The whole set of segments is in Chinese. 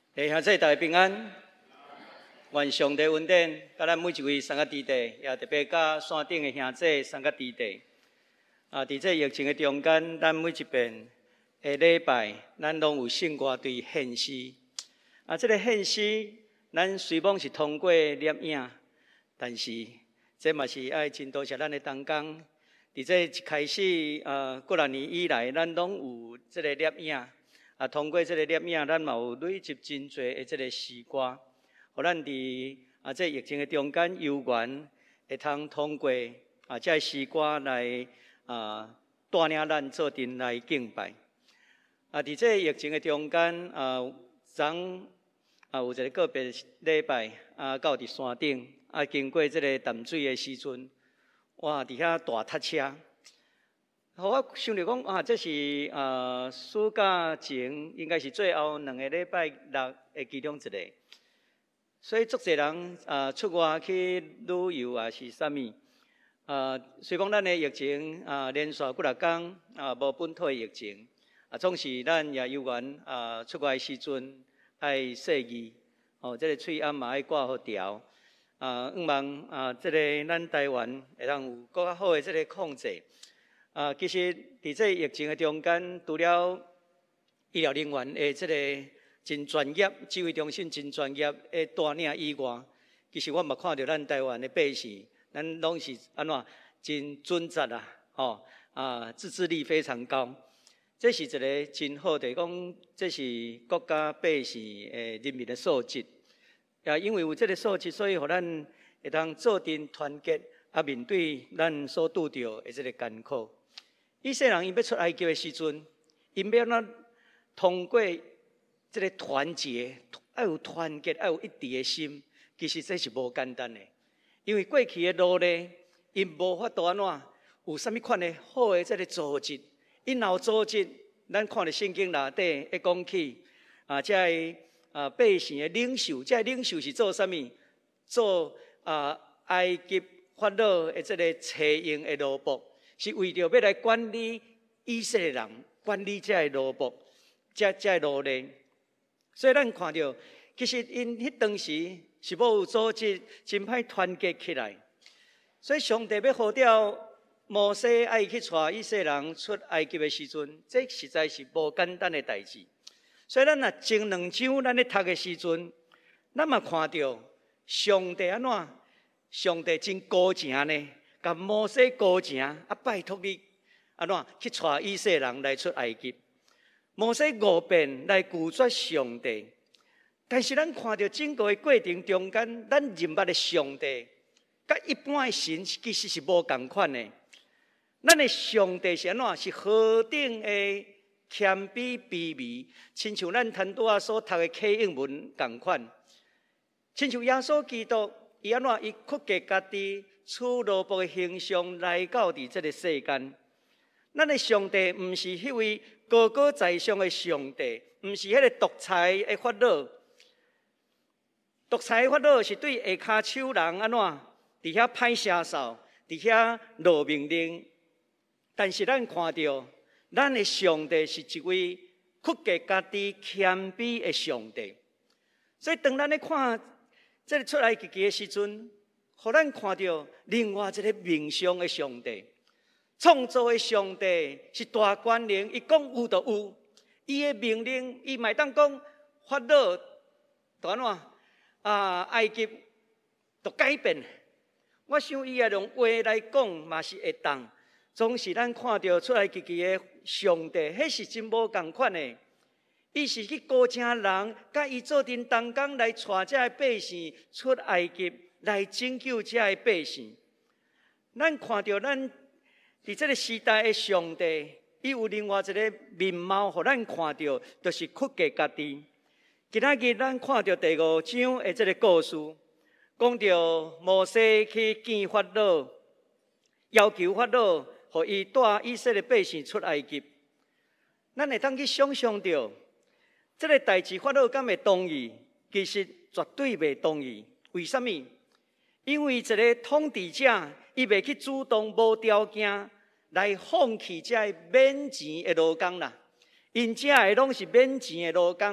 兄弟大家平安，愿上帝恩典，甲咱每一位三个弟弟，也特别甲山顶的兄弟三个弟弟。伫这疫情的中间，咱每一遍的礼拜，咱拢有圣歌对献诗。这个献诗，咱虽讲是通过摄影，但是这嘛是爱真多谢咱的同工。伫这一开始，过来年以来，咱拢有这个摄影。通过这个摄影，咱嘛有累积真侪的这个诗歌，互咱伫这疫情的中间，有缘会通过这个诗歌来带领咱做阵来敬拜。伫这疫情的中间，昨有一个个别礼拜到伫山顶经过这个淡水的时阵，哇，伫遐大塞车。我想着讲这是暑假前应该是最后2个礼拜6的其中一个，所以足侪人出外去旅游啊是啥物？虽讲咱的疫情连续几6天无本土的疫情，总是咱也有缘出外的时阵爱洗耳，这个喙暗嘛爱挂好条，望这个咱台湾会当有更较好的这个控制。其实伫这疫情的中间，除了医疗人员的这个真专业、指挥中心真专业的带领以外，其实我嘛看到咱台湾的百姓，咱拢是安怎真准则自制力非常高。这是一个真好的，讲这是国家百姓人民的素质。因为有这个素质，所以互咱会当做阵团结，面对咱所拄到的这个艰苦。以色列人因要出埃及的时阵，因要怎通过这个团结，要有团结，要有一致的心。其实这是无简单的，因为过去的努力，因无法度安怎有啥物款的好的这个组织。因有组织，咱看了圣经内底会讲起这个百姓的领袖，这个领袖是做啥物？做埃及法老的这个采用的奴仆。是为着要来管理以色列人，管理这个奴仆，这个奴隶。所以咱看到，其实因迄当时是无有组织，真歹团结起来。所以上帝要呼召摩西爱去带以色列人出埃及的时阵，这实在是无简单的代志。所以咱若前2章咱咧读的时阵，咱嘛看到上帝安怎？上帝真高情呢？甲摩西高情拜托你安怎去带以色列人来出埃及？摩西5遍来拒绝上帝，但是咱看到整个的过程中间，咱认捌的上帝，甲一般的神其实是无共款的。咱的上帝是安怎？是何等的谦卑卑微，亲像咱摊拄仔所读的启应文共款，亲像耶稣基督，伊安怎？伊屈给家己。取奴仆的形象来到伫这个世间，咱的上帝毋是迄位高高在上的上帝，毋是迄个独裁的法老。独裁的法老是对下骹手人安怎？伫遐歹声哨，伫遐落命令。但是咱看到，咱的上帝是一位屈给家己谦卑的上帝。所以当咱咧看这个出埃及记的时阵，互咱看到另外一个面相的上帝，创造的上帝是大权能，伊讲有就有，伊的命令，伊咪当讲法老，就安怎埃及就改变。我想伊也用话来讲嘛是会当，总是咱看到出来自己的上帝，迄是真无共款的。伊是去高请人，甲伊做阵同工来带这个百姓出埃及。来拯救这个百姓，咱看到咱伫这个时代的上帝，伊有另外一个面貌，互咱看到，就是屈给家己。今仔日咱看到第5章的这个故事，讲到摩西去见法老，要求法老，互伊带以色列百姓出埃及。咱会当去想象到，这个代志法老敢会同意？其实绝对袂同意。为什么？因为一个统治者，伊袂去主动无条件来放弃这免钱的劳工啦，因这的拢是免钱的劳工，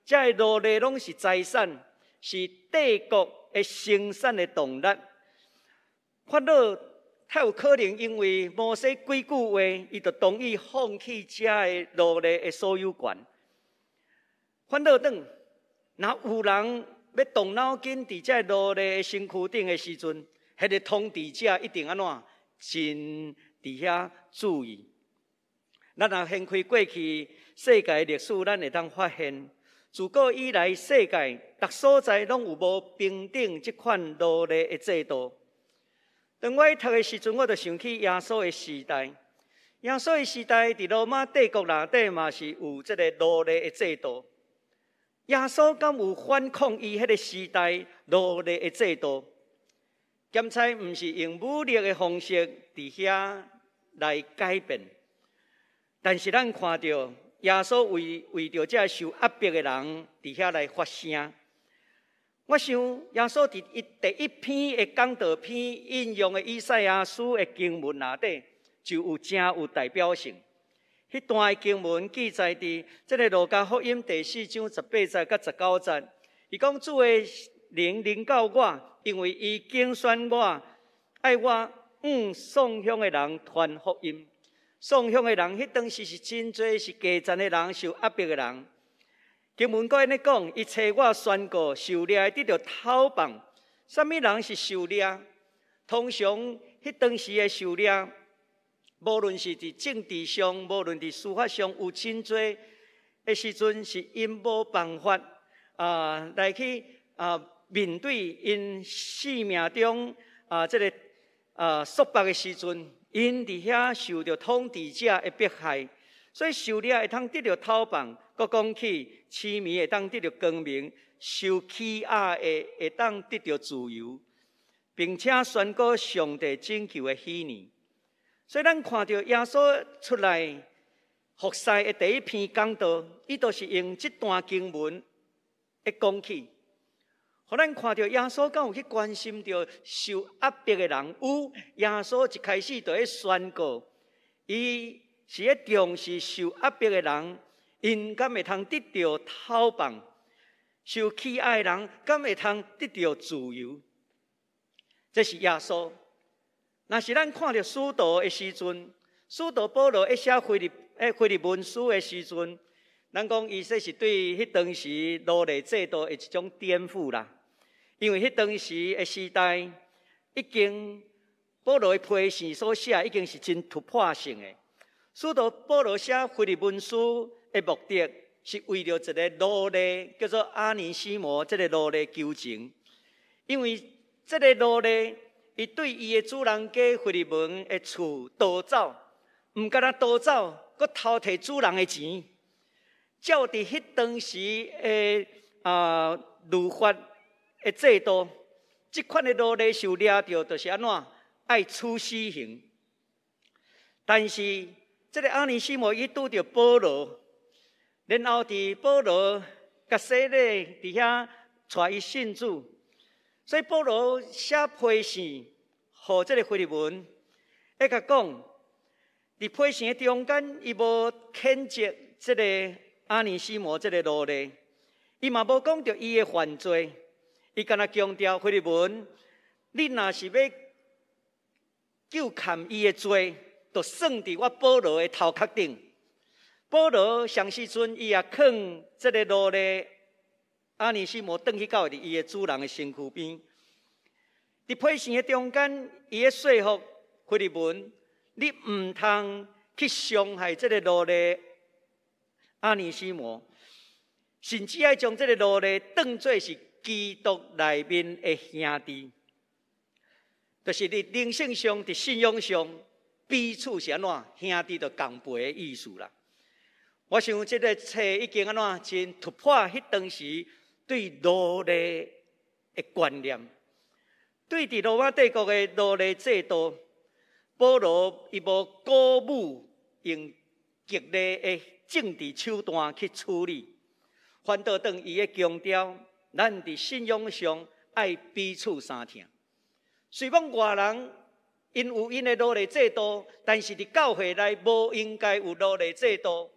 这奴隶拢是财产，是帝国的生产的动力。法老太有可能因为摩西几句话，伊就同意放弃这的奴隶的所有权。法老等，若有人要动脑筋伫这奴隶的身躯顶的时阵，迄个统治者一定安怎真伫遐注意。咱若掀开过去世界历史，咱会当发现，自古以来世界各所在拢有无平等这款奴隶的制度。当我读的时阵，我就想起耶稣的时代。耶稣的时代伫罗马帝国内底嘛是有这个奴隶的制度。耶稣敢有反抗伊迄个时代奴隶的制度？检查毋是用武力的方式伫遐来改变，但是咱看到耶稣为着这受压迫的人伫遐来发声。我想耶稣伫第一篇的讲道篇引用的以赛亚书的经文内底，就有真有代表性。迄段的经文记载伫这个路加福音第4章18节到19节，伊讲主的灵临到我，因为伊拣选我，爱我送乡的人传福音。送乡的人，迄当时是真侪是基层的人，受压迫的人。经文搁安尼讲，伊找我宣告受掠得到讨棒。什么人是受掠？通常迄当时的受掠，无论是伫政治上，无论伫司法上，有真侪的时阵是因无办法来去面对因生命中这个束缚的时阵，因伫遐受到统治者的迫害，所以受掠会通得到讨棒。搁讲起痴迷会当得到光明，受欺压会当得到自由，并且宣告上帝拯救的喜年。所以咱看到耶稣出来服侍的第一篇讲道，伊就是用这段经文的讲起，互咱看到耶稣敢有去关心到受压迫的人。有耶稣一开始就咧宣告，伊是咧重视受压迫的人。因敢会通得到讨棒，受欺压的人敢会通得到自由？这是耶稣。若是咱看到使徒的时阵，使徒保罗一写腓立文书的时阵，咱讲伊说是对迄当时奴隶制度的一种颠覆啦。因为迄当时的时代，已经保罗的批示所写已经是真突破性的。使徒保罗写腓立文书的目的是为了一个奴隶叫做阿尼西摩，这个奴隶求情。因为这个奴隶，伊对伊的主人家腓立门的厝盗走，唔敢若盗走，佮偷摕主人的钱。照伫迄当时的律法的制度，即款的奴隶受掠着，就是安怎爱处死刑。但是这个阿尼西摩伊拄着保罗。然后伫保罗甲洗礼伫遐带伊信主，所以保罗写批信，互这个腓立门，甲讲，伫批信的中间，伊无谴责这个阿尼西摩这个奴隶，伊嘛无讲到伊的犯罪，伊干那强调腓立门，你若是要救砍伊的罪，就算伫我保罗的头壳顶。保罗上时阵，伊也放这个奴隶阿尼西摩转去到伊的主人的身躯边。伫批信的中间，伊咧说服腓立门，你唔通去伤害这个奴隶阿尼西摩，甚至爱将这个奴隶当作是基督内面的兄弟，就是伫灵性上、伫信仰上彼此是安怎兄弟就同辈的意思啦。我想这个册已经安怎真突破迄当时对奴隶的观念，对伫罗马帝国的奴隶制度，保罗伊无鼓舞用激烈的政治手段去处理，反倒当伊的强调，咱伫信仰上爱彼此相听。虽讲外人因有因的奴隶制度，但是伫教会内无应该有奴隶制度。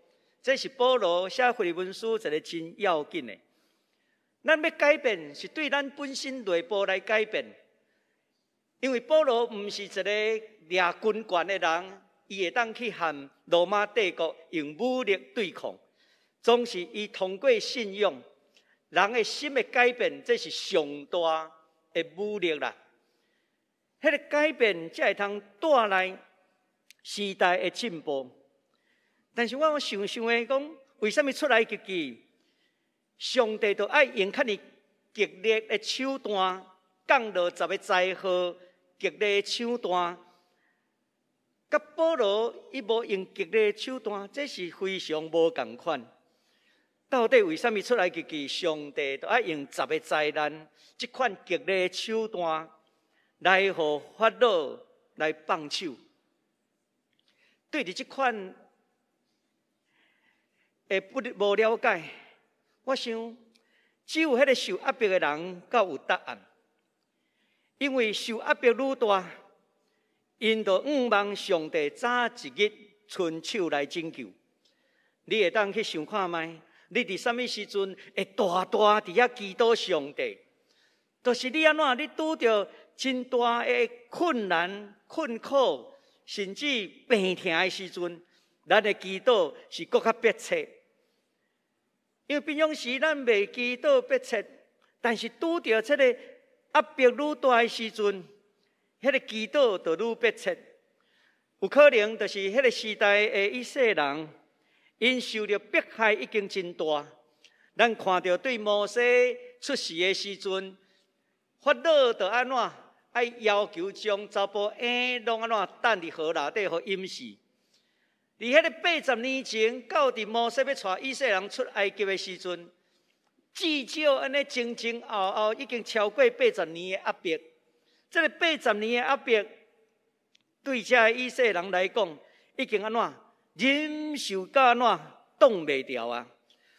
这是保罗写腓立比书一个真要紧的。咱要改变，是对咱本身内部来改变。因为保罗毋是一个掠军权的人，伊会当去和罗马帝国用武力对抗，总是伊通过信用，人的心的改变，这是上大的武力啦。迄个改变才会通带来时代的进步。但是我想的讲，为什么出来埃及上帝就爱用较尼激烈的手段，降落10个灾祸激烈的手段，甲保罗伊无用激烈的手段，这是非常无共款。到底为什么出来埃及上帝就爱用10个灾难这款激烈的手段来互法老来放手？对于这款无了解，我想只有迄个受压迫的人才有答案。因为受压迫愈大，因就望上帝早一日伸手来拯救。你会当去想看卖，你伫什么时阵会大伫遐祈祷上帝？就是你安怎，你拄着真大的困难、困苦，甚至病痛的时阵，咱的祈祷是更较迫切。因为平常时咱未祈祷迫切，但是拄着这个压迫愈大的时阵，迄个祈祷就愈迫切。有可能就是迄个时代的以色列人，因受着迫害已经真大。咱看到对摩西出世的时阵，法老就安怎爱要求将查甫婴拢安怎等伫河内底互淹死。伫迄个80年前，到伫摩西要带以色列人出埃及的时阵，至少安尼前后后已经超过80年的压迫。这个80年的压迫，对这以色列人来讲，已经安怎忍受到安怎挡袂牢啊！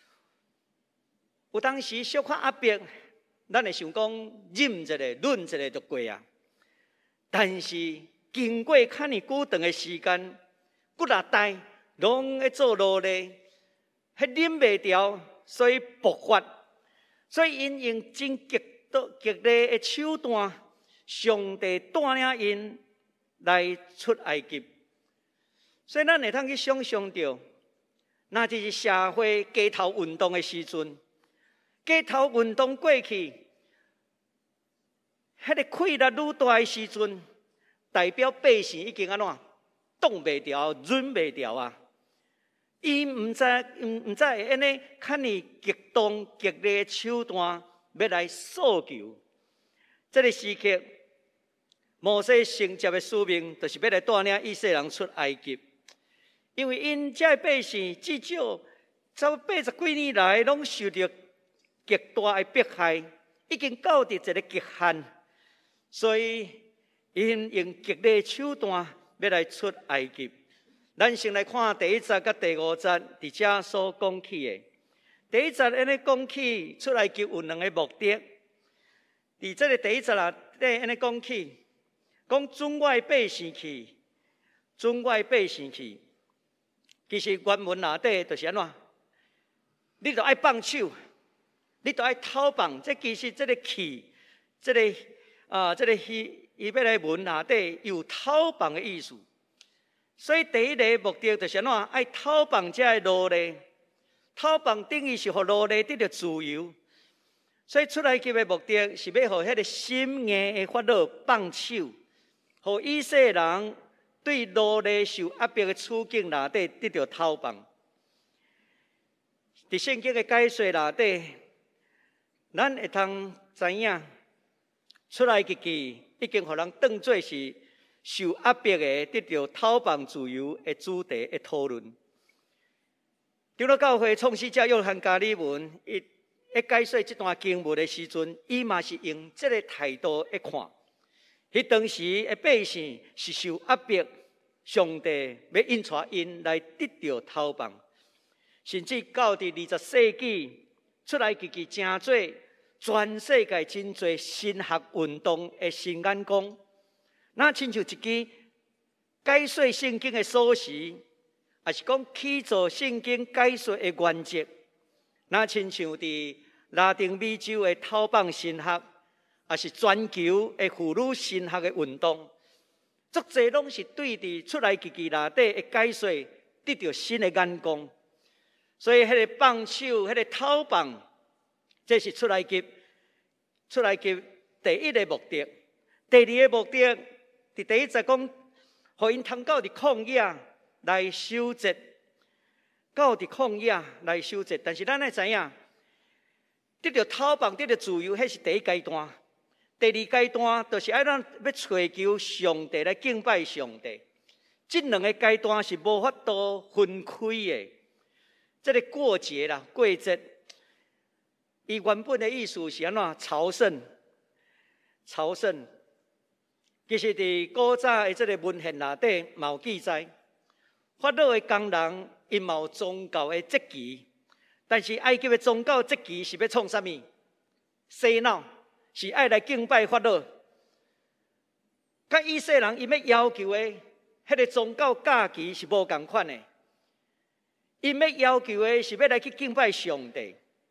有当时小可压迫，咱会想讲忍一下、忍一下就过啊。但是经过遐尼久长的时间，骨力大，拢在做努力，还忍袂牢，所以爆发。所以因用真激烈的手段，上帝带领因来出埃及。所以咱会通去想象到，那就是社会街头运动的时阵，街头运动过去，迄个溃力愈大的时阵，代表百姓已经安怎？挡袂牢，忍袂牢啊！伊毋知会安尼，较尼激动、激烈的手段要来诉求。这个时刻，摩西承接的使命，就是要来带领以色列人出埃及。因为因这百姓至少差不多80几年来，拢受到极大的迫害，已经到达一个极限，所以因用激烈的手段。要来出埃及，咱先来看第1节甲第5节，伫遮所讲起的。第1节安尼讲起出埃及有2个目的。伫这个第1节啦，安尼讲起，讲准我百姓去，准我百姓去。其实原文内底就是安怎？你就爱放手，你就爱讨放。这其实这个去，这个伊要来文内底有讨放的意思，所以第一个目的就是安怎？爱讨放这个奴隶，讨放等于是互奴隶得到自由。所以出埃及的目的是要互迄个心硬的法老放手，互以色列人对奴隶受压迫的处境内底得到讨放。伫圣经的解说内底，咱会通知影出埃及记。已经互人当作是受压迫的、得到讨放自由的主题的讨论。长老教会创始者约翰加里文，伊解说这段经文的时阵，伊嘛是用这个态度来看。迄当时的百姓是受压迫，上帝要引带因来得到讨放，甚至到伫20世纪出来记真多。全世界真侪神学运动的新眼光，那亲像一支解说圣经的锁匙， 也是讲起造圣经解说的原则，那亲像伫拉丁美洲的讨棒神学，也是全球的妇女神学的运动，足侪拢是对伫出埃及记内底的解说得到新的眼光。所以，迄个棒手，迄个讨棒，这是出埃及第一个目的。第二个目的，伫第一节讲，互因通到伫旷野来守节，到伫旷野来守节。但是咱爱知影，得到讨棒，得到自由，迄是第一阶段。第二阶段，就是爱咱要追求上帝来敬拜上帝。这两个阶段是无法度分开的。这个过节啦，过节，伊原本的意思是安怎？朝圣，朝圣。其实伫古早的这个文献内底，嘛有记载，法老的工人因嘛有宗教的节期，但是埃及的宗教节期是要创啥物？洗脑，是爱来敬拜法老。甲以色列人因要求的迄个宗教假期是无共款的。因要求的是要来去敬拜上帝。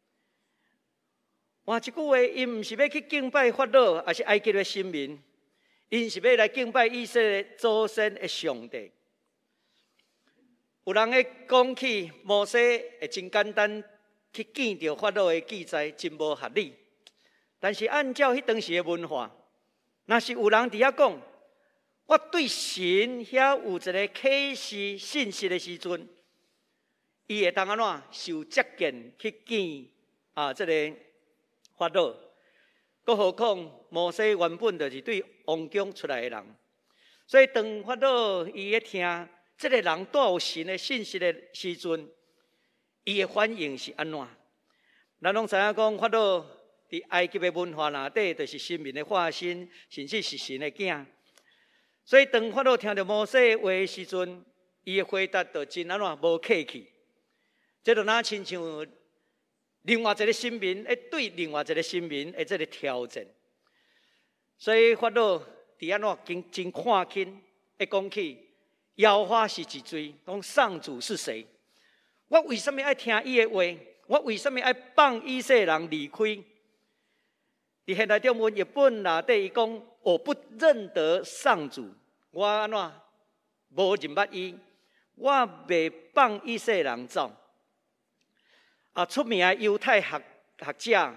换一句话，因毋是要去敬拜法老，也是埃及的神明，因是要来敬拜以色列祖先的上帝。有人会讲起摩西会真简单去见到法老的记载，真无合理。但是按照迄当时的文化，若是有人伫遐讲，我对神遐有一个启示信息的时阵，伊会当安怎受接见去见这个法老？更何况摩西原本就是对王宫出来的人，所以当法老伊咧听这个人带有神的信息的时阵，伊的反应是安怎？咱拢知影讲法老伫埃及的文化内底，就是神明的化身，甚至是神的囝。所以当法老听到摩西的话的时阵，伊的回答就真安怎无客气。这就哪亲像另外一个神明对另外一个神明的这个挑战，所以法老伫安怎真看轻，会讲起耶和华是一位，讲上主是谁？我为什么爱听伊的话？我为什么爱放以色列人离开？伫现代中文译本内底伊讲，我不认得上主，我安怎无认捌伊？我袂放以色列人走。出名的犹太学者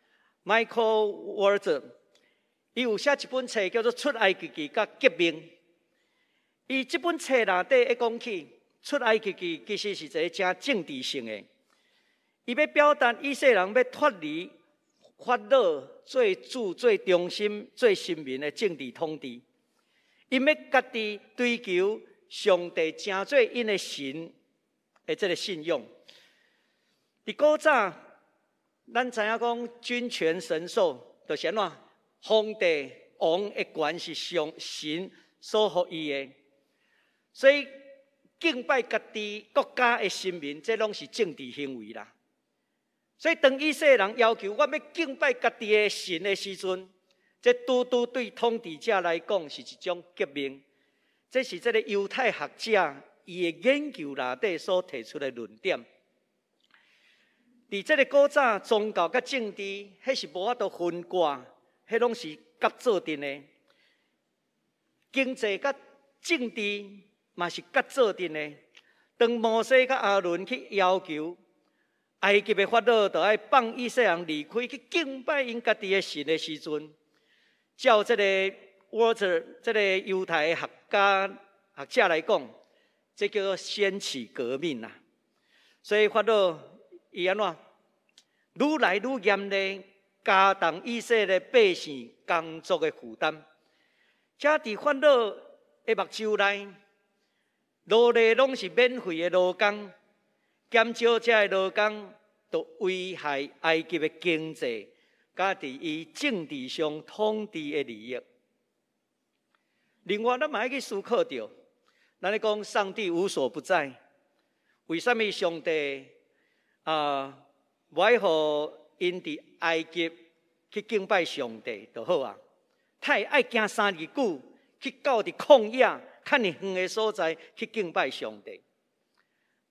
Michael Walzer， 伊有写一本册叫做《出埃及记》甲革命。伊这本册内底会讲起出埃及记其实是一个真政治性的，伊要表达以色列人要脱离法老最主、最中心、最神明的政治统治，伊要家己追求上帝成做因的神的这个信用。伫古早，咱知影讲君权神授，就是安怎？皇帝王的权是上神所予伊的，所以敬拜家己国家的神明，这拢是政治行为啦。所以当以色列人要求我要敬拜家己的神的时阵，这拄对统治者来讲是一种革命。这是这个犹太学者伊的研究内底所提出的论点。伫这个古早宗教甲政治，迄是无法度分割，迄拢是夹做阵的。经济甲政治嘛是夹做阵的。当摩西甲亚伦去要求埃及的法老，就要放以色列人离开，去敬拜因家己的神的时阵，照这个Walzer这个犹太学者来讲，这叫做掀起革命啦。所以法老伊安怎？愈来愈严厉，加重以色列百姓工作的负担。这伫法老的目睭内，劳力拢是免费的劳工，减少这的劳工，就危害埃及的经济，甲伫伊政治上统治的利益。另外，咱嘛要去思考到，咱咧讲上帝无所不在，为什么上帝无爱互因伫埃及去敬拜上帝就好啊？他会爱行3日久去到伫旷野较尔远的所在去敬拜上帝。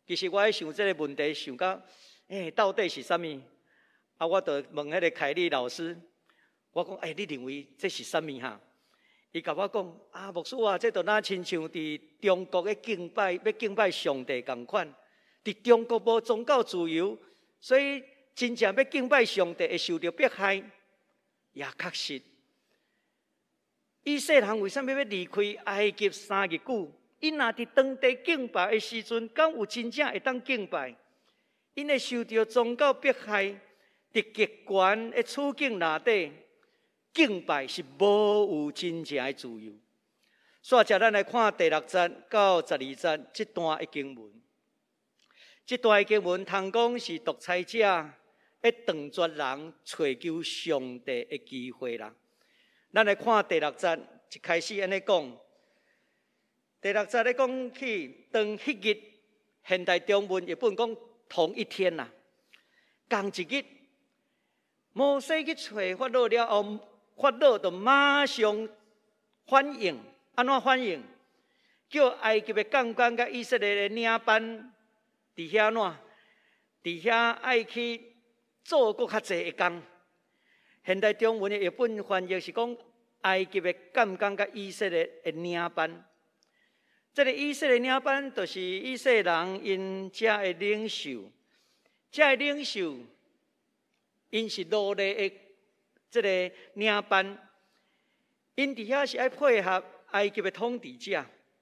其实我喺想这个问题，想到，到底是啥物？啊，我就问迄个凯利老师，我讲，你认为这是啥物哈？伊甲我讲，啊，牧师啊，这就哪亲像伫中国嘅敬拜，要敬拜上帝共款。伫中国无宗教自由，所以真正要敬拜上帝会受到迫害，也确实。以色列人为什么要离开埃及3日久？因若伫当地敬拜的时阵，敢有真正会当敬拜？因会受到宗教迫害，伫极权的处境内底，敬拜是无有真正的自由。所以，咱来看第6节到12节这段的经文。这段的经文，通讲是独裁者会断绝人找求上帝的机会啦。咱来看第6节，一开始安尼讲。第6节咧讲起，当迄日，现代中文日本讲同一天啦，同一日，摩西去找法老了后，法老就马上反应，安怎反应？叫埃及的干官甲以色列的领班伫遐喏，伫遐爱去做搁较济的工。现代中文的日本翻译是讲埃及的干官甲以色列的领班。这个以色列领班，就是以色列人因遮的领袖，遮的领袖，因是奴隶的这个领班，因伫遐是爱配合埃及的统治者。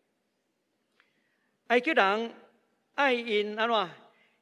埃及人爱因安怎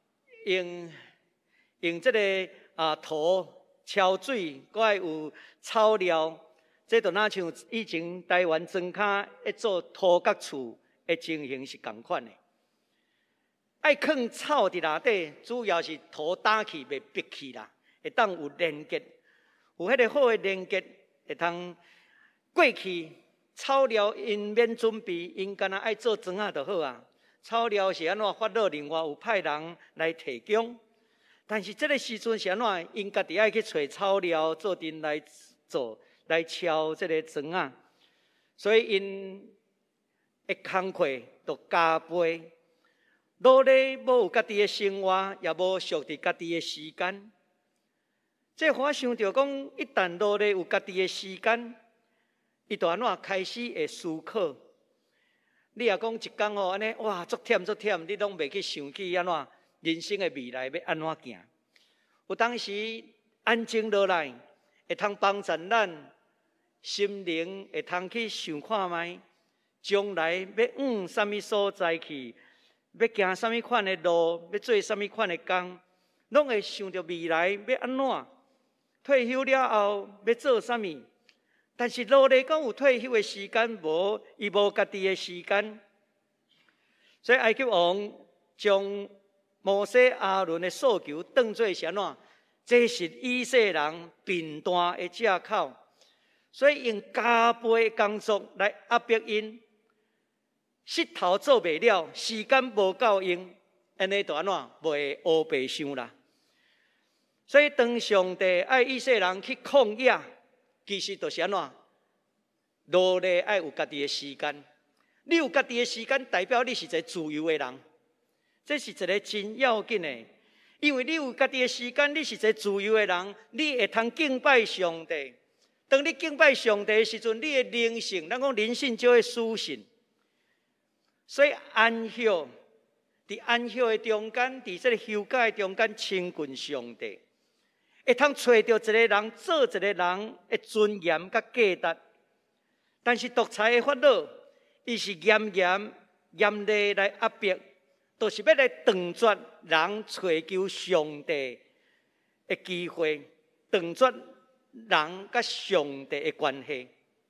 用这个土敲水，搁爱有草料，这就哪像以前台湾庄脚一做土角厝。的情形是同款的，爱放草伫内底，主要是土打起袂逼起啦，会当有连结，有迄个好的连结，会通过去草料因免准备，因干那爱做庄仔就好啊。草料是安怎？法老另外有派人来提供，但是这个时阵是安怎？因家己爱去找草料做阵来做，来敲这个庄仔，所以因。的工课就加倍，努力无有家己的生活，也无属伫家己的时间。这我想着讲，一旦努力有家己的时间，伊就安怎开始会思考。你若讲一工安尼，哇，足忝，你拢袂去想起安怎人生的未来要安怎行。有当时安静落来，会通帮助咱心灵，会通去想看觅。将来要往什么所在去，要行什么款的路，要做什么款的工，拢会想着未来要安怎。退休了后要做什么？但是努力讲有退休的时间无，伊无家己的时间。所以埃及王将摩西亚伦的诉求当作是安怎？这是以色列人贫惰的借口，所以用加倍的工作来压迫因。膝头做袂了，时间无够用，安尼就安怎袂乌白想啦。所以当上帝爱以色列人去旷野，其实就是安怎努力爱有家己的时间。你有家己的时间，代表你是一个自由的人，这是一个真要紧的。因为你有家己的时间，你是一个自由的人，你会通敬拜上帝。当你敬拜上帝的时阵，你的灵性，咱讲灵性就会苏醒。所以安息，伫安息的中间，伫这个休假的中间，亲近上帝，会通找到一个人做一个人的尊严甲价值。但是独裁的法老，伊是严厉来压迫，都是要来断绝人找求上帝的机会，断绝人甲上帝的关系。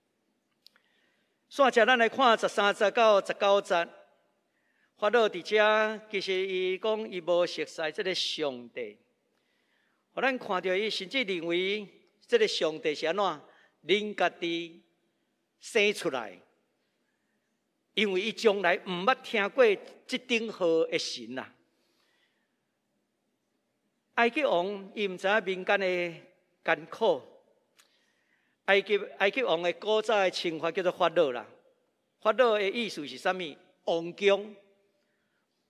线下咱来看13节到19节，法老伫遮其实伊讲伊无熟悉这个上帝，互咱看到伊甚至认为这个上帝是安怎恁家己生出来，因为伊从来毋捌听过这顶号的神啊。埃及王伊毋知影民间的艰苦。埃及王的古早的称法叫做法老啦。法老的意思是啥物？王宫。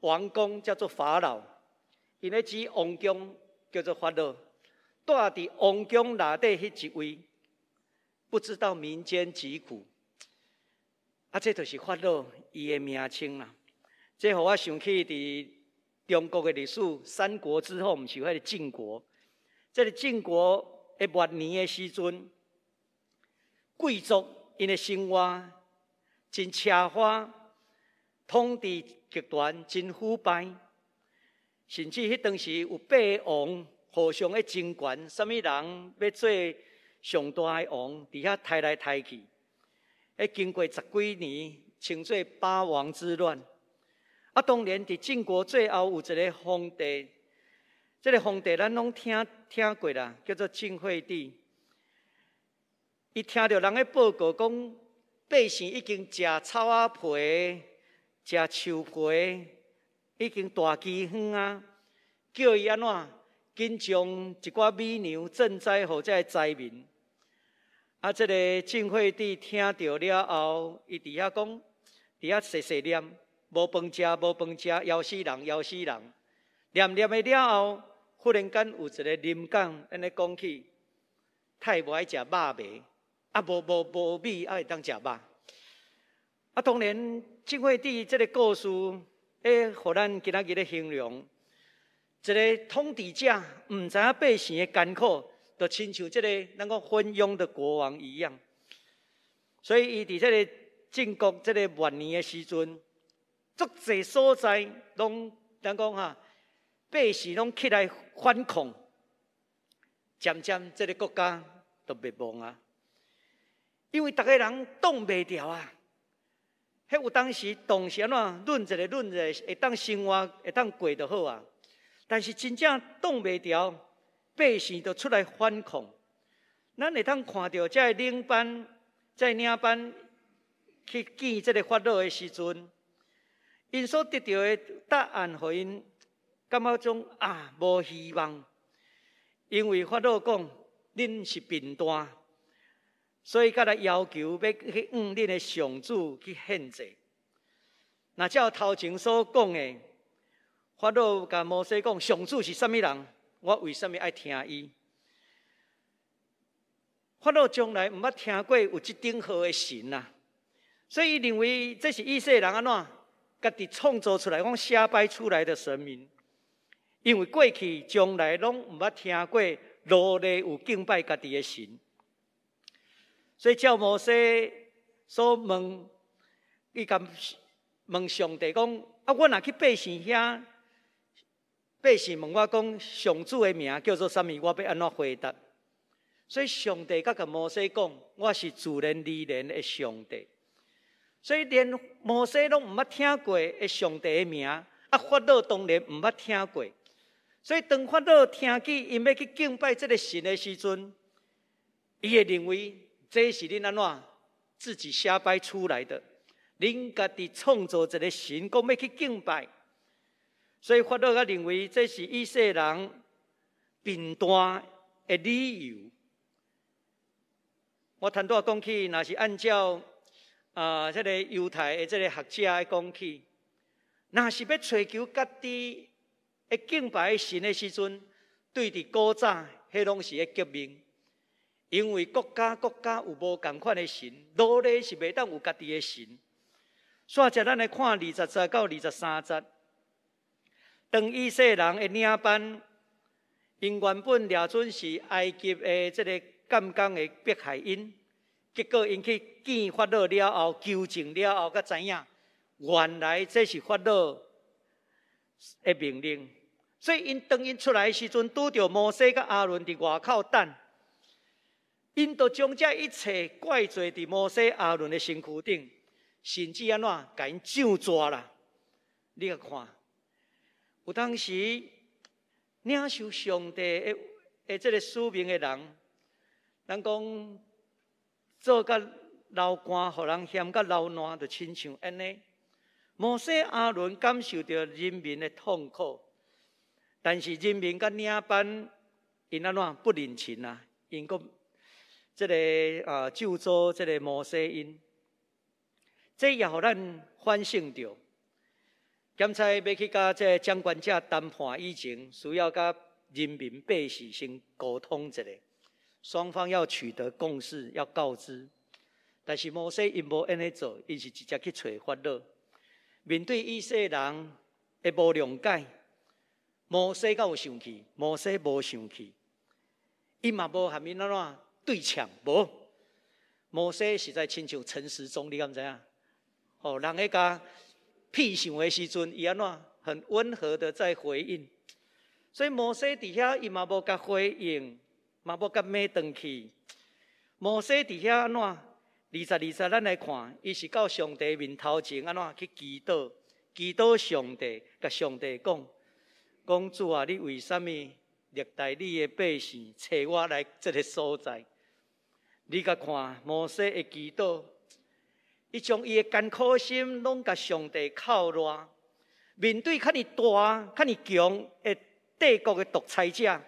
王公叫做法老，因咧指王宫叫做法老，住伫王宫内底迄一位，不知道民间疾苦。这就是法老伊的名称啦。这让我想起伫中国的历史，三国之后，毋是迄个晋国。这个晋国的末年的时阵，贵族因的生活真奢华，统治集团真腐败，甚至迄当时有8个王互相的争权，什么人要做上大的王，伫遐抬来抬去。经过10几年，称作八王之乱。当然伫晋国最后有一个皇帝，这个皇帝咱拢听过啦，叫做晋惠帝。伊听到人的报告讲，百姓已经食草仔皮、食树皮，已经大饥荒啊，叫伊安怎紧将一寡米粮赈灾予这灾民。这个晋惠帝听到了后，伊伫遐讲，伫遐细念，无饭食，无饭食，枵死人，枵死人。念念的了后，忽然间有一个灵感，安尼讲起，太无爱食肉糜，无米，会当食肉。当然，晋惠帝这个故事，互咱今仔日的形容，一个统治者毋知影百姓的艰苦。就亲像这个咱讲昏庸的国王一样，所以伊伫这个晋国这个末年的时阵，足侪所在拢咱讲百姓拢起来反抗，渐渐这个国家就灭亡啊！因为逐个人挡袂牢啊！迄有当时当时安怎论一个，会当生活，会当过就好啊。但是真正挡袂牢。百姓就出来反抗，咱会通看到这领班、这领班去见这个法老的时阵，因所得到的答案，互因感觉种无希望，因为法老讲恁是贫惰，所以甲来要求要去恁的上主去献祭。那照头前所讲的，法老甲摩西讲，上主是啥物人？我为什么爱听伊？法老从来毋捌听过有这顶号的神啊，所以伊认为这是以色列人安怎家己创造出来、讲瞎掰出来的神明。因为过去、将来拢毋捌听过罗列有敬拜家己的神，所以照摩西所问，伊甲问上帝讲：我若去百姓遐？百姓问我讲，上主的名叫做啥物？我要安怎回答？所以上帝甲摩西讲，我是自然而然的上帝。所以连摩西拢毋捌听过的上帝的名，法老当然毋捌听过。所以当法老听见因要去敬拜这个神的时阵，伊会认为这是恁安怎自己瞎掰出来的，恁家己创造一个神，讲要去敬拜。所以法老也认为这是以色列人贫惰的理由。我谈到讲起，若是按照这个犹太的这个学者的讲起，若是要追求家己的敬拜神的时阵，对伫古早，迄拢是革命，因为国家有无同款的神，奴隶是袂当有家己的神。煞只咱来看20节到23节。当以色列人的领班，因原本掠准是埃及的这个监工的迫害因，结果因去见法老了后，求证了后，才知影原来这是法老的命令。所以当因出来的时阵，拄着摩西甲阿伦伫外口等，因就将这一切怪罪伫摩西阿伦的身躯顶，甚至安怎甲因杖抓啦？你来看。有当时领受上帝的这个使命的人，咱讲做甲流汗，互人嫌甲流烂，就亲像安尼。摩西阿伦感受到人民的痛苦，但是人民甲领班因安怎不领情啊？因个这个救助这个摩西因，这也互咱反省着。 检察要去甲这掌权者谈判以前，需要甲人民百姓先沟通一下，双方要取得共识，要告知。但是摩西因无安尼做，伊是直接去找法老。面对以色列人的无谅解，摩西敢有生气？摩西无生气，伊嘛无含因怎对呛，无。摩西实在亲像陈时中，你敢知影？哦，人迄甲屁想的时阵，伊安怎很温和的在回应。所以摩西伫遐，伊嘛无甲回应，嘛无甲骂转去。摩西伫遐安怎？20，咱来看，伊是到上帝面头前安怎去祈祷？祈祷上帝，甲上帝讲主啊，你为什么历代你的百姓找我来这个所在？你甲看摩西的祈祷，伊将伊的艰苦心拢甲上帝靠赖。面对较尼大、较尼强的帝国的独裁者，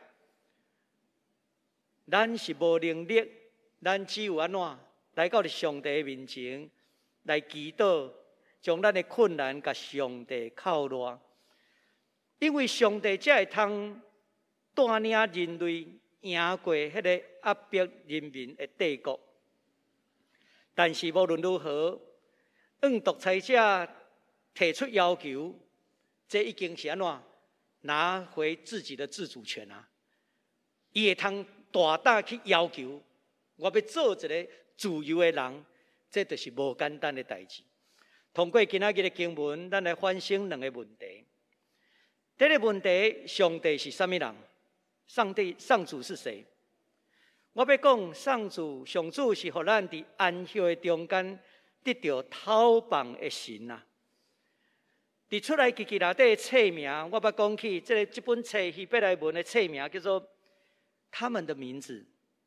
咱是无能力，咱只有安怎？来到上帝面前来祈祷，将咱的困难甲上帝靠赖，因为上帝才会通带领人类赢过迄个压迫人民的帝国。但是无论如何，独裁者提出要求，这已经是安怎拿回自己的自主权啊！伊会通大胆去要求，我要做一个自由的人，这就是无简单的代志。通过今仔日的经文，咱来反省两个问题。第一个问题，上帝是什么人？上主是谁？我要讲，上主是互咱伫安息的中间得到透放的神啊！伫出来记内底的册名，我要讲起这本册希伯来文的册名叫做他们的名字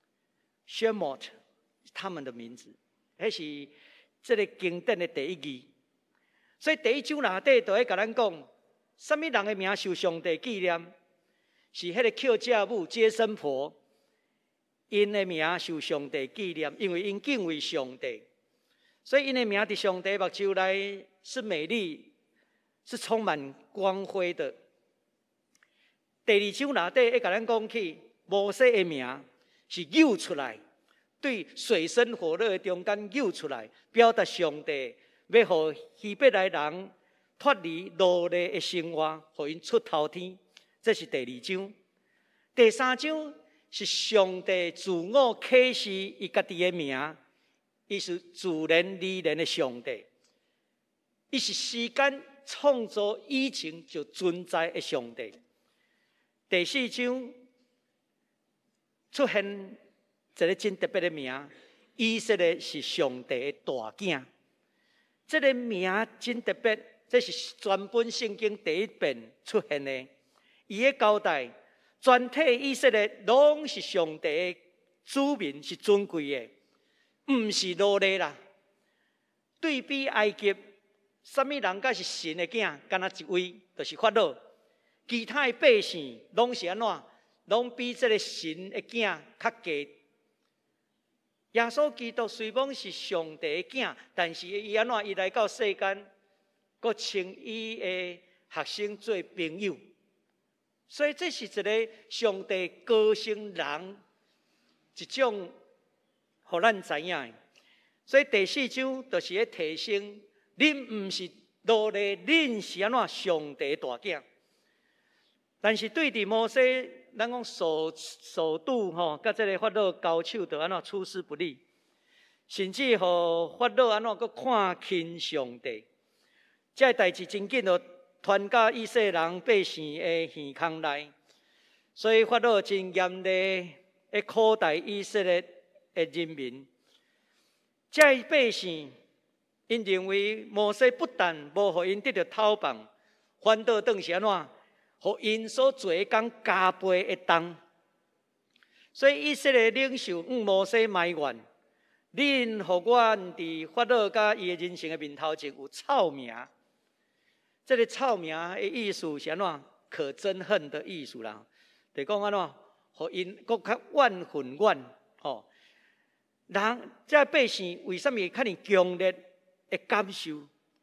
，Shemot， 他们的名字，迄是这个经典的第一字。所以第一章内底就会甲咱讲，什么人的名受上帝纪念？是迄个裘家母接生婆，因的名受上帝纪念，因为因敬畏上帝，所以因的名伫上帝目睭内是美丽，是充满光辉的。第二章内底会甲咱讲起，摩西的名是诱出来，对水深火热的中间诱出来，表达上帝要互希伯来人脱离奴隶的生活，互因出头天。这是第二章。第三章是上帝自我启示伊家己的名，伊是自然理然的上帝，伊是时间创造以前就存在的上帝。第四章出现一个真特别的名，以色列是上帝的大囝。这个名真特别，这是全本圣经第一遍出现的。伊的交代，全体以色列拢是上帝的子民，是尊贵的，唔是奴隶啦。对比埃及，什么人才是神的囝？敢若一位，就是法老。其他的百姓拢是安怎？拢比这个神的囝较低。耶稣基督虽讲是上帝的囝，但是伊安怎？伊来到世间，佮称伊的学生做朋友。所以这是一个上帝高升人一种，互咱知影的。所以第四章就是咧提醒，恁唔是奴隶，恁是安怎上帝大囝。但是对伫摩西，咱讲首拄吼，甲这个法老交手，就安怎处事不利，甚至互法老安怎佮看轻上帝。这代志真紧就传到以色列人百姓的耳孔内，所以法老真严厉的苦待以色列的人民。这百姓因认为摩西不但无互因得到透放，反倒当是安怎，互因所做的工加倍的重。所以以色列领袖摩西埋怨：恁互阮伫法老甲伊的人生的面头前有臭名。这个臭名的意思是安怎？可憎恨的意思啦。就讲安怎？互因搁较怨恨阮吼。人这百姓为什么较尼强烈的感受？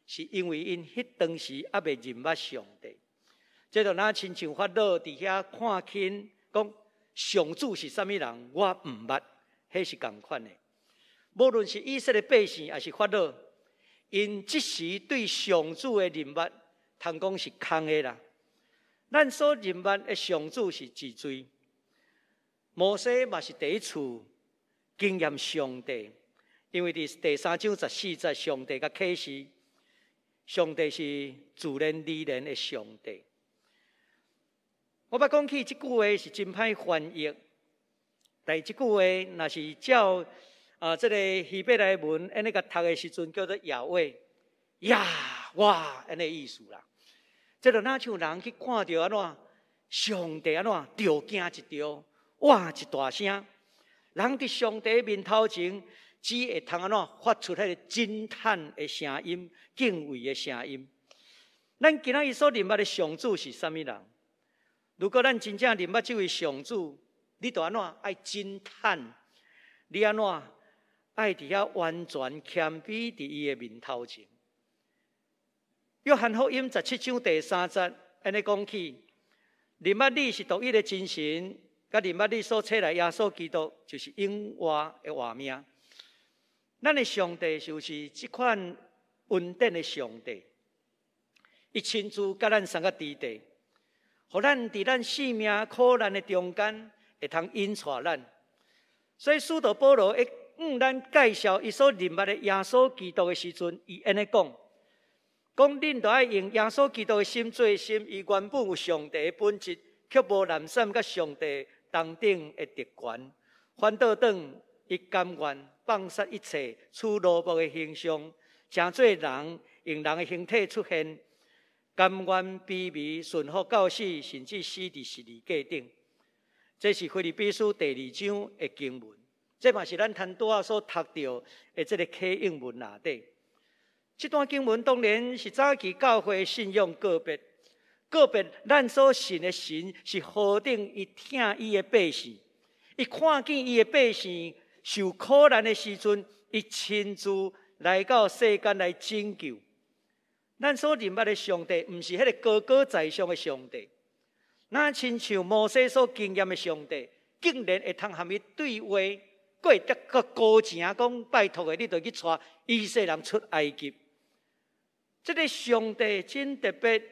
是因为因迄当时还未认捌上帝。这就咱亲像法老伫遐看轻，讲上主是啥物人，我毋捌，迄是共款的。无论是以色列百姓，还是法老，因即时对上主的认捌，通讲是空的啦。咱所认捌的上主是自罪。摩西嘛是第一次经验上帝，因为伫第3章14节，上帝甲启示，上帝是自然理然的上帝。我捌讲起即句话是真歹翻译，但即句话若是照这个希伯来文安尼甲读的时阵，叫做亚伟呀哇安尼意思啦。这就哪像人去看到安怎上帝安怎着惊一条，哇一大声，人伫上帝面头前，只会通安怎发出迄个惊叹的声音、敬畏的声音。咱今仔日所认捌的上主是啥物人？如果咱真正认捌这位上主，你就安怎爱惊叹？你安怎爱伫遐完全谦卑伫伊的面头前？约翰福音17章第3节安尼讲起：认捌你是独一的真神，甲认捌你所赐来耶稣基督，就是永活的活命。咱的上帝就是这款恩典的上帝，伊亲自甲咱送到地地。互咱伫咱性命苦难的中间，会通引带咱。所以使徒保罗会咱介绍伊所认捌的耶稣基督的时阵，伊安尼讲：恁就爱用耶稣基督的心做心，伊原本有上帝的本质，却无滥散甲上帝同等的特权。反倒转，伊甘愿放下一切，取奴仆的形象，成做人，用人的形体出现。甘愿卑微顺服到死，甚至死伫十字架顶。这是腓立比书第2章的经文，这嘛是咱摊拄仔所读到的这个启应文内底。这段经文当然是早期教会信仰个别，咱所信的神是何等伊疼伊的百姓，伊看见伊的百姓受苦难的时阵，伊亲自来到世间来拯救。咱所认捌的上帝，毋是迄个高高在上的上帝。咱亲像摩西所经验的上帝，竟然会通和伊对话，佫会得个高情讲拜托的，你就去带以色列人出埃及。这个上帝真特别，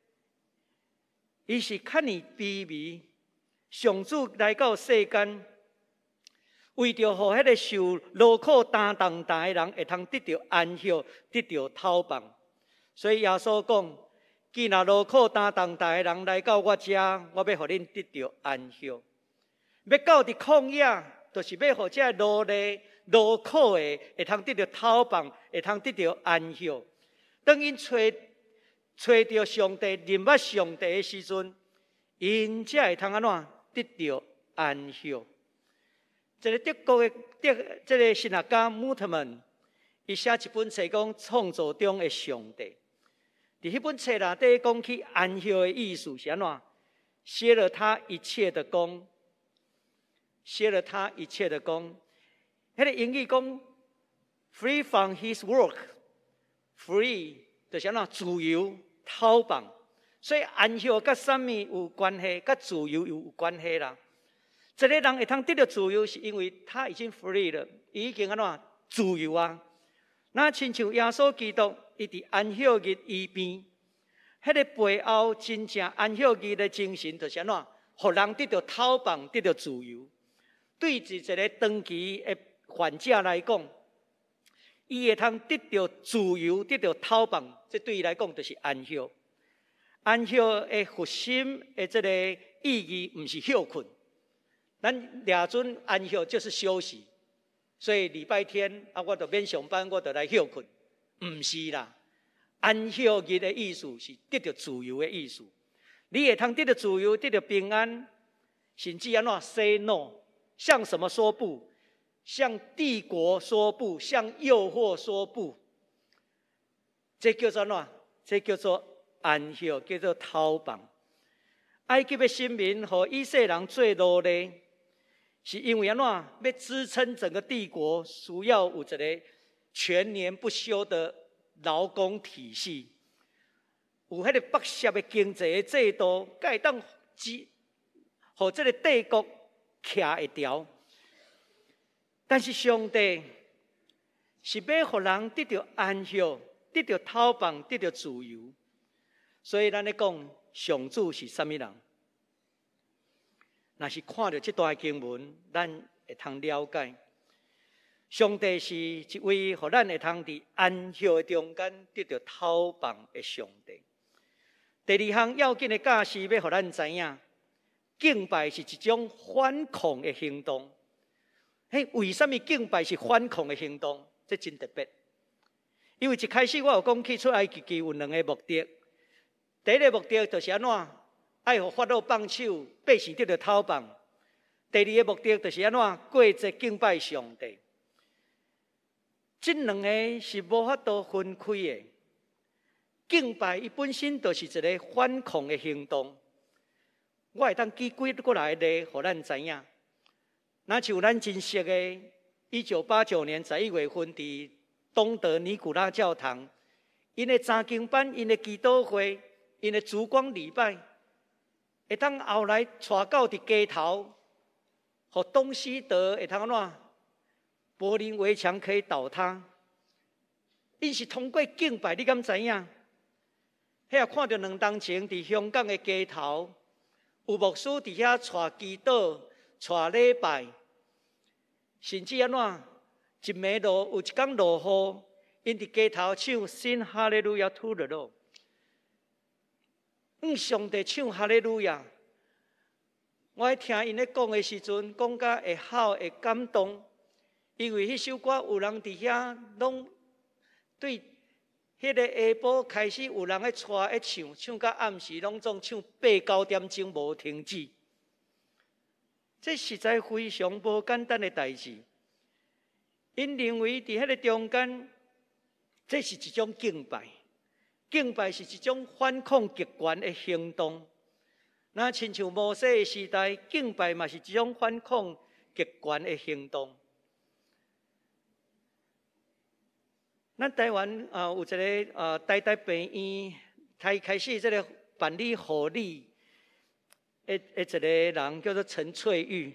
伊是较尼卑微。上主来到世间，为着互迄个受劳苦担重担的人，会通得到安息，得到讨棒。所以耶稣讲：既然劳苦担重担的人来到我这，我要互恁得到安息。要到伫旷野，就是要互这劳力、劳苦的会通得到讨棒，会通得到安息。当因找到上帝、认捌上帝的时阵，因才会通安怎得到安息。这个德国的这个神学家穆特曼，伊写一本册讲创造中的上帝。伫迄本册内底讲起安息的意思是安怎？歇了他一切的功，歇了他一切的功。迄个英语讲 free from his work，free 就是安怎自由讨棒。所以安息甲啥物有关系？甲自由有关系啦。一个人会通得到自由，是因为他已经 free 了，已经安怎自由啊？那亲像耶稣基督。伊伫安息日医病，迄个背后真正安息日的精神，就是安怎，互人得到讨棒，得到自由。对一个长期的患者来讲，伊会通得到自由，得到讨棒，这对伊来讲就是安息。安息的核心的这个意义，毋是休困。咱抓准安息就是休息，所以礼拜天我就免上班，我就来休困。毋是啦，安息日的意思是得到自由的意思。你会通得到自由，得到平安，甚至安怎 say no， 向什么说不？向帝国说不，向诱惑说不。这叫做怎？这叫做安息，叫做讨棒。埃及的新民和以色列人做奴隶，是因为安怎？要支撑整个帝国，需要有一个全年不休的劳工体系，有迄个剥削的经济的制度，才会当互这个帝国徛会牢。但是上帝是要互人得到安息，得到透放，得到自由。所以咱咧讲，上主是啥物人？若是看到这段经文，咱会通了解，上帝是一位互咱会通伫安息的中间得到透放的上帝。第二项要紧的假事，要互咱知影，敬拜是一种反抗的行动。为什么敬拜是反抗的行动？这真特别。因为一开始我有讲起出埃及记有两个目的。第一个目的就是安怎？爱互法老放手，百姓得到透放。第二个目的就是安怎？过节敬拜上帝。这两个是无法度分开的。敬拜伊本身就是一个反抗的行动。我会当举几个来例，互咱知影。那像咱真熟的1989年11月份，伫东德尼古拉教堂，因的查经班、因的祈祷会、因的烛光礼拜，会当后来带到伫街头，互东西德会当安怎？柏林围墙可以倒塌。因是通过敬拜，你敢知影？遐看到2当前伫香港的街头，有牧师伫遐带祈祷、带礼拜。甚至安怎？一暝落有一天落雨，因伫街头唱《新哈利路亚》to the Lord， 上帝唱哈利路亚。我听因咧讲的时阵，讲甲会好会感动，因为迄首歌有人伫遐拢对迄个下晡开始有人咧带咧唱，唱到暗时拢总唱8、9点钟无停止。这实在非常无简单的代志。因认为伫迄个中间，这是一种敬拜，敬拜是一种反抗极权的行动。那亲像摩西的时代，敬拜嘛是一种反抗极权的行动。咱台湾有一个台大病院，开始这个办理护理。一个人叫做陈翠玉，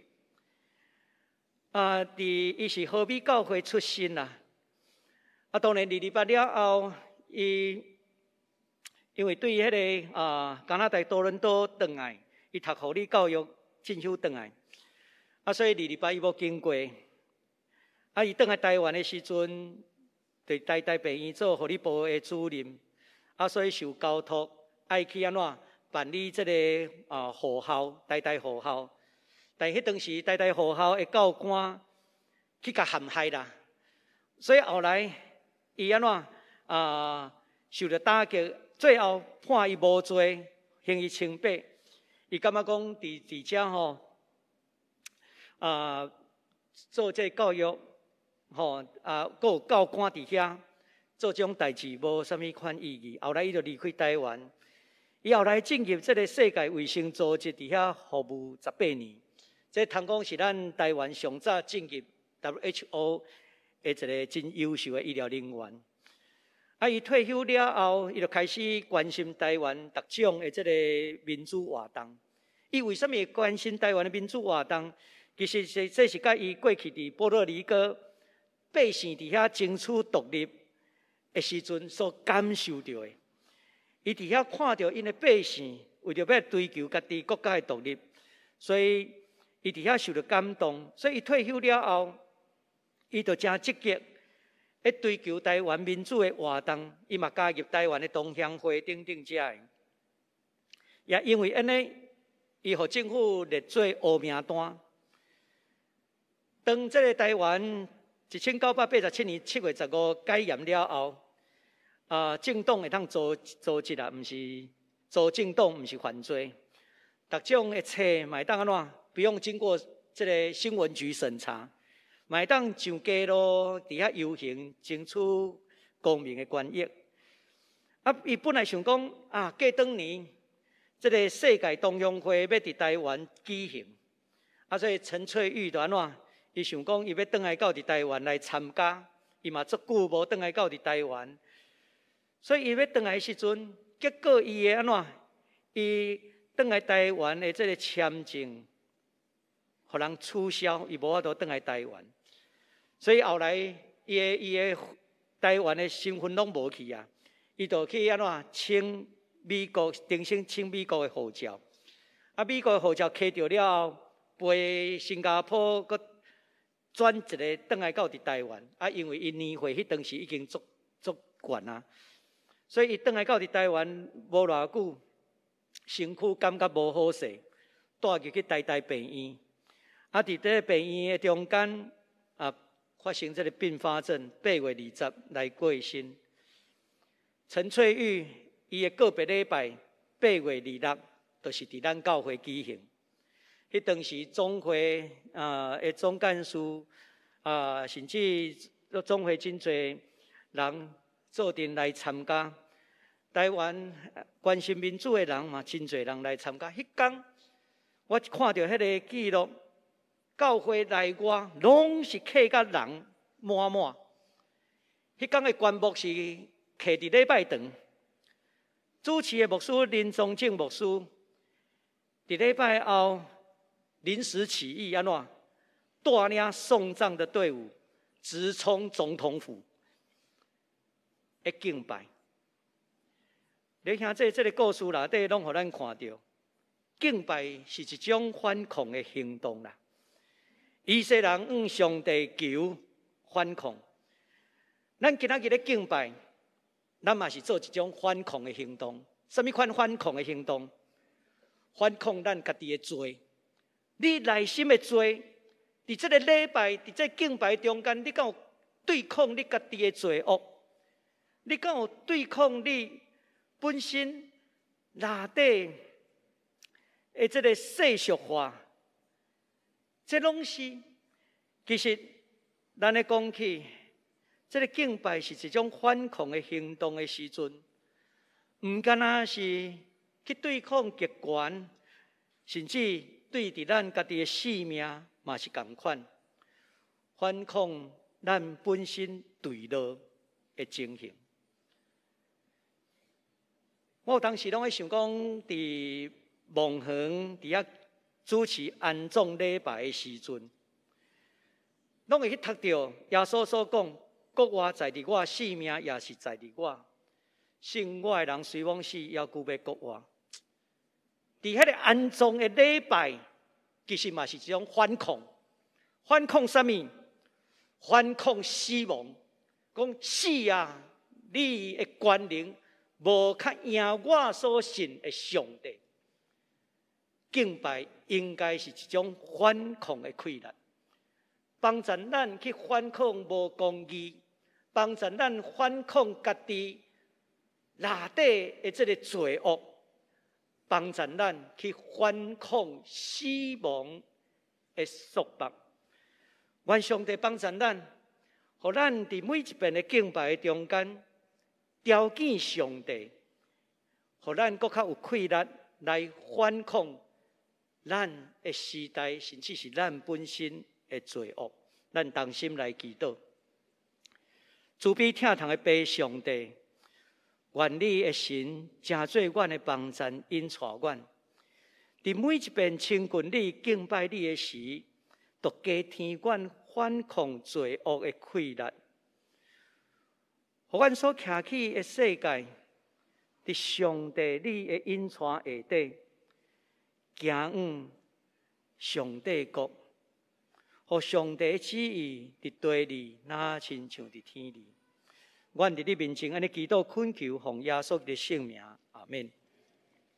伊是和美教会出身啦。当然2礼拜了后，伊因为对迄个加拿大多伦多转来，伊读护理教育进修转来，所以2礼拜伊无经过。伊转来台湾的时阵，对台大病院做护理部的主任，所以受交托爱去安怎？办理这个护校，台大护校，但迄当时台大护校的教官去甲陷害啦，所以后来伊安怎受到打击，最后判伊无罪，刑伊清白。伊感觉讲伫遮吼做这教育佫有教官伫遐做这种代志，无啥物款意义。后来伊就离开台湾。伊后来进入这个世界卫生组织伫遐服务18年，这通讲是咱台湾上早进入 WHO 的一个真优秀的医疗人员。伊退休了后，伊就开始关心台湾各种的这个民主活动。伊为什么会关心台湾的民主活动？其实这是甲伊过去伫波多黎各百姓伫遐争取独立的时阵所感受到的。伊伫遐看到因的百姓为着要追求家己国家的独立，所以伊伫遐受到感动。所以伊退休了后，伊就真积极咧追求台湾民主的活动。伊嘛加入台湾的同乡会等等遮的。也因为安尼，伊互政府列做黑名单。当这个台湾1987年7月15日改严了后。政党会当组织啦，毋是组政党，毋是犯罪。各种的册嘛会当安怎？不用经过这个新闻局审查，嘛会当上街路伫遐游行，争取公民的权益。伊本来想讲过当年这个世界同乡会要伫台湾举行，所以陈翠玉就安怎？伊想讲伊要转来到伫台湾来参加，伊嘛足久无转来到伫台湾。 所以伊要回来的时阵，结果伊会安怎？伊回来台湾的这个签证，互人取消，伊无法度回来台湾。所以后来伊的台湾的身份拢无去啊，伊就去安怎请美国重新请美国的护照。啊，美国的护照摕到了后，飞新加坡，搁转一个转来到伫台湾。啊，因为伊年岁迄当时已经足悬啊，所以伊转来到伫台湾无偌久，身躯感觉无好势，带入去台大病院。啊，伫这个病院的中间啊，发生这个并发症，8月20来过身。陈翠玉伊的个别礼拜8月26，就是伫咱教会举行。迄当时总会的总干事甚至总会真侪人做阵来参加。台湾关心民主的人嘛，真侪人来参加。迄天我看到迄个记录，教会内外拢是客甲人满满。迄天的关幕是客伫礼拜堂，主持的牧师林宗正牧师，伫礼拜后临时起意安怎？带领送葬的队伍直冲总统府，一敬拜。你听这个故事内底，拢互咱看到，敬拜是一种反抗的行动啦。以色列人向上帝求反抗，咱今仔日咧敬拜，咱嘛是做一种反抗的行动。什么款反抗的行动？反抗咱家己的罪。你内心的罪，伫这个礼拜，伫这敬拜中间，你敢有对抗你家己的罪恶？你敢有对抗你本身内底的这个世俗化？这拢是其实咱咧讲起，这个敬拜是一种反抗的行动的时阵，唔单单是去对抗极权，甚至对伫咱家己的性命嘛是同款，反抗咱本身对落的情形。我有当时拢会想讲，伫望远伫遐主持安葬礼拜的时阵，拢会去读到耶稣所讲：“国外在伫我，性命也是在伫我。信我的人虽往死，也要顾要国外。”伫迄个安葬的礼拜，其实嘛是一种反抗。反抗什么？反抗死亡。讲死啊！你的权能无较赢我所信的上帝。敬拜应该是一种反抗的溃烂，帮助咱去反抗无公义，帮助咱反抗家己内底的这个罪恶，帮助咱去反抗死亡的束缚。愿上帝帮助咱，互咱伫每一遍的敬拜中间，条件上帝，互咱更较有气力来反抗咱的时代，甚至是咱本身的罪恶。咱同心来祈祷，慈悲疼痛的父上帝，愿你的神真做阮的帮助，引带阮。伫每一遍亲近你、敬拜你的时，都加添阮反抗罪恶的气力，互阮所徛起的世界，伫上帝你的引带下底，行往上帝国，互上帝的旨意伫地里，哪亲像伫天里。阮伫你面前安尼祈祷恳求，奉耶稣的圣名，阿们。